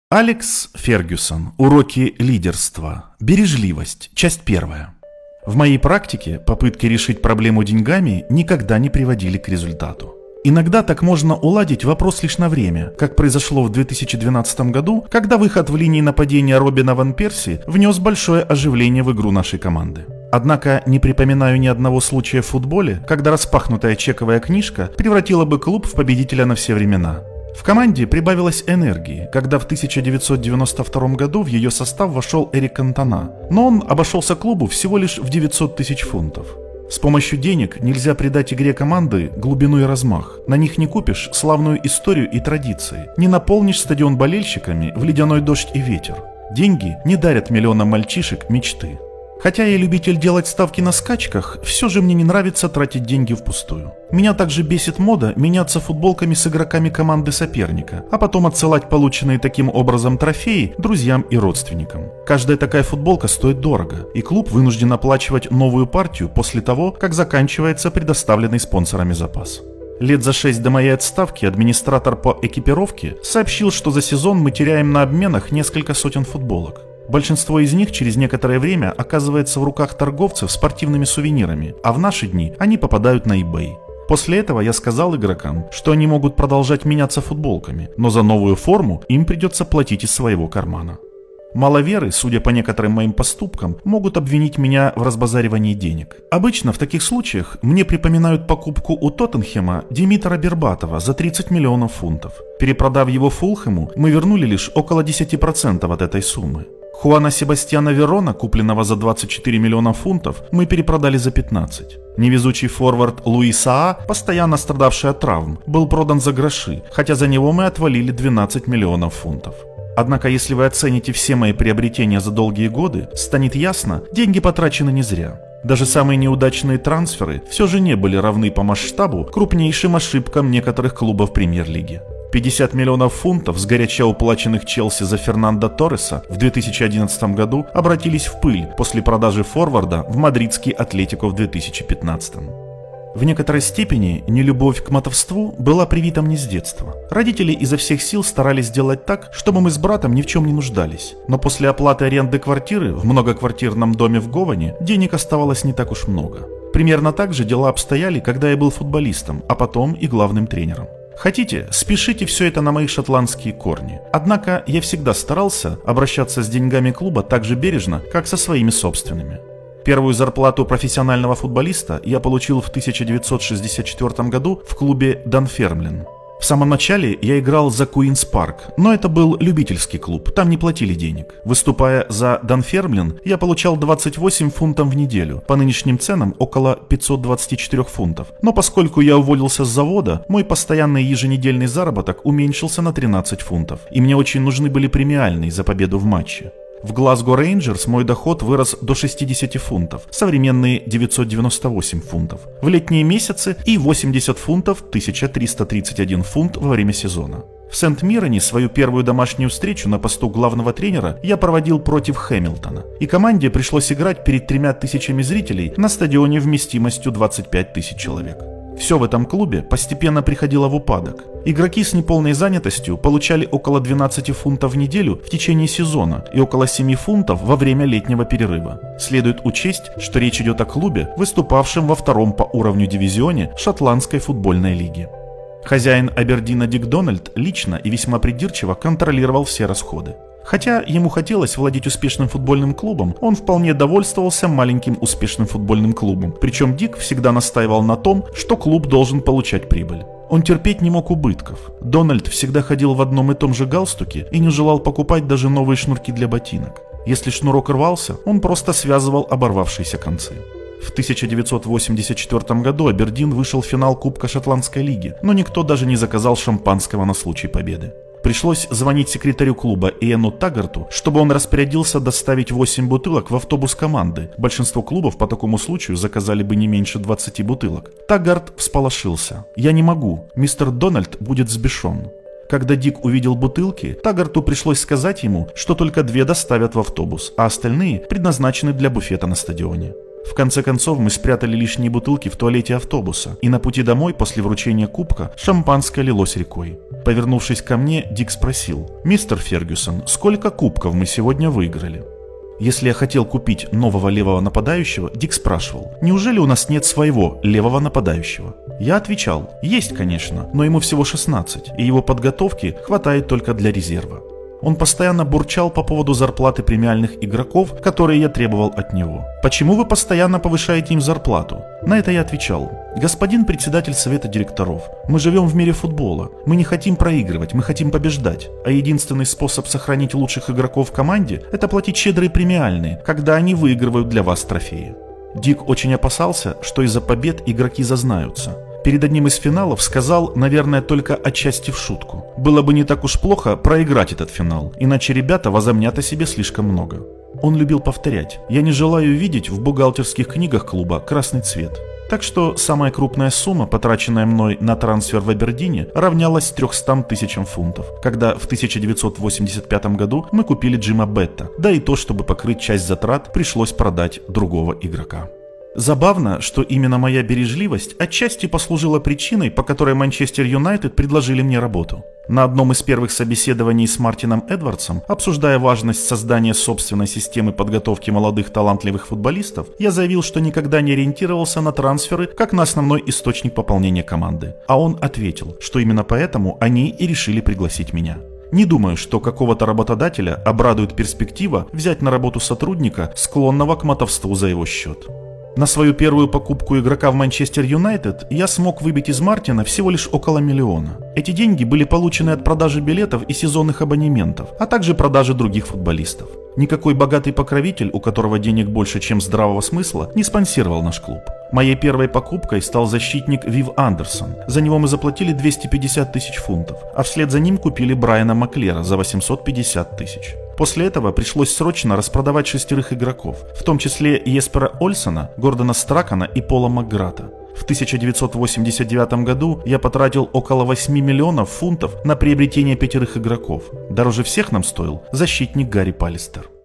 Алекс Фергюсон. Уроки лидерства. Бережливость. Часть 1. В моей практике попытки решить проблему деньгами никогда не приводили к результату. Иногда так можно уладить вопрос лишь на время, как произошло в 2012 году, когда выход в линии нападения Робина ван Перси внес большое оживление в игру нашей команды. Однако не припоминаю ни одного случая в футболе, когда распахнутая чековая книжка превратила бы клуб в победителя на все времена. В команде прибавилось энергии, когда в 1992 году в ее состав вошел Эрик Кантона, но он обошелся клубу всего лишь в 900 тысяч фунтов. С помощью денег нельзя придать игре команды глубину и размах. На них не купишь славную историю и традиции, не наполнишь стадион болельщиками в ледяной дождь и ветер. Деньги не дарят миллионам мальчишек мечты. Хотя я любитель делать ставки на скачках, все же мне не нравится тратить деньги впустую. Меня также бесит мода меняться футболками с игроками команды соперника, а потом отсылать полученные таким образом трофеи друзьям и родственникам. Каждая такая футболка стоит дорого, и клуб вынужден оплачивать новую партию после того, как заканчивается предоставленный спонсорами запас. Лет за 6 до моей отставки администратор по экипировке сообщил, что за сезон мы теряем на обменах несколько сотен футболок. Большинство из них через некоторое время оказывается в руках торговцев спортивными сувенирами, а в наши дни они попадают на eBay. После этого я сказал игрокам, что они могут продолжать меняться футболками, но за новую форму им придется платить из своего кармана. Маловеры, судя по некоторым моим поступкам, могут обвинить меня в разбазаривании денег. Обычно в таких случаях мне припоминают покупку у Тоттенхэма Димитра Бербатова за 30 миллионов фунтов. Перепродав его Фулхэму, мы вернули лишь около 10% от этой суммы. Хуана Себастьяна Верона, купленного за 24 миллиона фунтов, мы перепродали за 15. Невезучий форвард Луи Саа, постоянно страдавший от травм, был продан за гроши, хотя за него мы отвалили 12 миллионов фунтов. Однако, если вы оцените все мои приобретения за долгие годы, станет ясно, деньги потрачены не зря. Даже самые неудачные трансферы все же не были равны по масштабу крупнейшим ошибкам некоторых клубов премьер-лиги. 50 миллионов фунтов, сгоряча уплаченных Челси за Фернандо Торреса в 2011 году, обратились в пыль после продажи форварда в мадридский Атлетико в 2015. В некоторой степени нелюбовь к мотовству была привита мне с детства. Родители изо всех сил старались сделать так, чтобы мы с братом ни в чем не нуждались. Но после оплаты аренды квартиры в многоквартирном доме в Говане денег оставалось не так уж много. Примерно так же дела обстояли, когда я был футболистом, а потом и главным тренером. Хотите, спешите все это на мои шотландские корни. Однако я всегда старался обращаться с деньгами клуба так же бережно, как со своими собственными. Первую зарплату профессионального футболиста я получил в 1964 году в клубе Данфермлин. В самом начале я играл за Куинс Парк, но это был любительский клуб, там не платили денег. Выступая за Данфермлин, я получал 28 фунтов в неделю, по нынешним ценам около 524 фунтов. Но поскольку я уволился с завода, мой постоянный еженедельный заработок уменьшился на 13 фунтов, и мне очень нужны были премиальные за победу в матче. В Глазго Рейнджерс мой доход вырос до 60 фунтов, современные 998 фунтов. В летние месяцы и 80 фунтов, 1331 фунт во время сезона. В Сент-Мироне свою первую домашнюю встречу на посту главного тренера я проводил против Хэмилтона. И команде пришлось играть перед 3000 зрителей на стадионе вместимостью 25 тысяч человек. Все в этом клубе постепенно приходило в упадок. Игроки с неполной занятостью получали около 12 фунтов в неделю в течение сезона и около 7 фунтов во время летнего перерыва. Следует учесть, что речь идет о клубе, выступавшем во втором по уровню дивизионе шотландской футбольной лиги. Хозяин Абердина Дик Дональд лично и весьма придирчиво контролировал все расходы. Хотя ему хотелось владеть успешным футбольным клубом, он вполне довольствовался маленьким успешным футбольным клубом. Причем Дик всегда настаивал на том, что клуб должен получать прибыль. Он терпеть не мог убытков. Дональд всегда ходил в одном и том же галстуке и не желал покупать даже новые шнурки для ботинок. Если шнурок рвался, он просто связывал оборвавшиеся концы. В 1984 году Абердин вышел в финал Кубка Шотландской лиги, но никто даже не заказал шампанского на случай победы. Пришлось звонить секретарю клуба Иэну Таггарту, чтобы он распорядился доставить 8 бутылок в автобус команды. Большинство клубов по такому случаю заказали бы не меньше 20 бутылок. Таггарт всполошился. «Я не могу, мистер Дональд будет взбешен». Когда Дик увидел бутылки, Таггарту пришлось сказать ему, что только 2 доставят в автобус, а остальные предназначены для буфета на стадионе. В конце концов мы спрятали лишние бутылки в туалете автобуса, и на пути домой после вручения кубка шампанское лилось рекой. Повернувшись ко мне, Дик спросил: «Мистер Фергюсон, сколько кубков мы сегодня выиграли?» Если я хотел купить нового левого нападающего, Дик спрашивал: «Неужели у нас нет своего левого нападающего?» Я отвечал: «Есть, конечно, но ему всего 16, и его подготовки хватает только для резерва». Он постоянно бурчал по поводу зарплаты премиальных игроков, которые я требовал от него. «Почему вы постоянно повышаете им зарплату?» На это я отвечал: «Господин председатель совета директоров, мы живем в мире футбола. Мы не хотим проигрывать, мы хотим побеждать. А единственный способ сохранить лучших игроков в команде – это платить щедрые премиальные, когда они выигрывают для вас трофеи». Дик очень опасался, что из-за побед игроки зазнаются. Перед одним из финалов сказал, наверное, только отчасти в шутку: «Было бы не так уж плохо проиграть этот финал, иначе ребята возомнят о себе слишком много». Он любил повторять: «Я не желаю видеть в бухгалтерских книгах клуба красный цвет». Так что самая крупная сумма, потраченная мной на трансфер в Абердине, равнялась 300 тысячам фунтов, когда в 1985 году мы купили Джима Бетта, да и то, чтобы покрыть часть затрат, пришлось продать другого игрока. Забавно, что именно моя бережливость отчасти послужила причиной, по которой Манчестер Юнайтед предложили мне работу. На одном из первых собеседований с Мартином Эдвардсом, обсуждая важность создания собственной системы подготовки молодых талантливых футболистов, я заявил, что никогда не ориентировался на трансферы как на основной источник пополнения команды. А он ответил, что именно поэтому они и решили пригласить меня. Не думаю, что какого-то работодателя обрадует перспектива взять на работу сотрудника, склонного к мотовству за его счет. На свою первую покупку игрока в Манчестер Юнайтед я смог выбить из Мартина всего лишь около 1 миллиона. Эти деньги были получены от продажи билетов и сезонных абонементов, а также продажи других футболистов. Никакой богатый покровитель, у которого денег больше, чем здравого смысла, не спонсировал наш клуб. Моей первой покупкой стал защитник Вив Андерсон. За него мы заплатили 250 тысяч фунтов, а вслед за ним купили Брайана Маклера за 850 тысяч. После этого пришлось срочно распродавать 6 игроков, в том числе Еспера Ольсона, Гордона Стракана и Пола Макграта. В 1989 году я потратил около 8 миллионов фунтов на приобретение 5 игроков. Дороже всех нам стоил защитник Гарри Паллистер.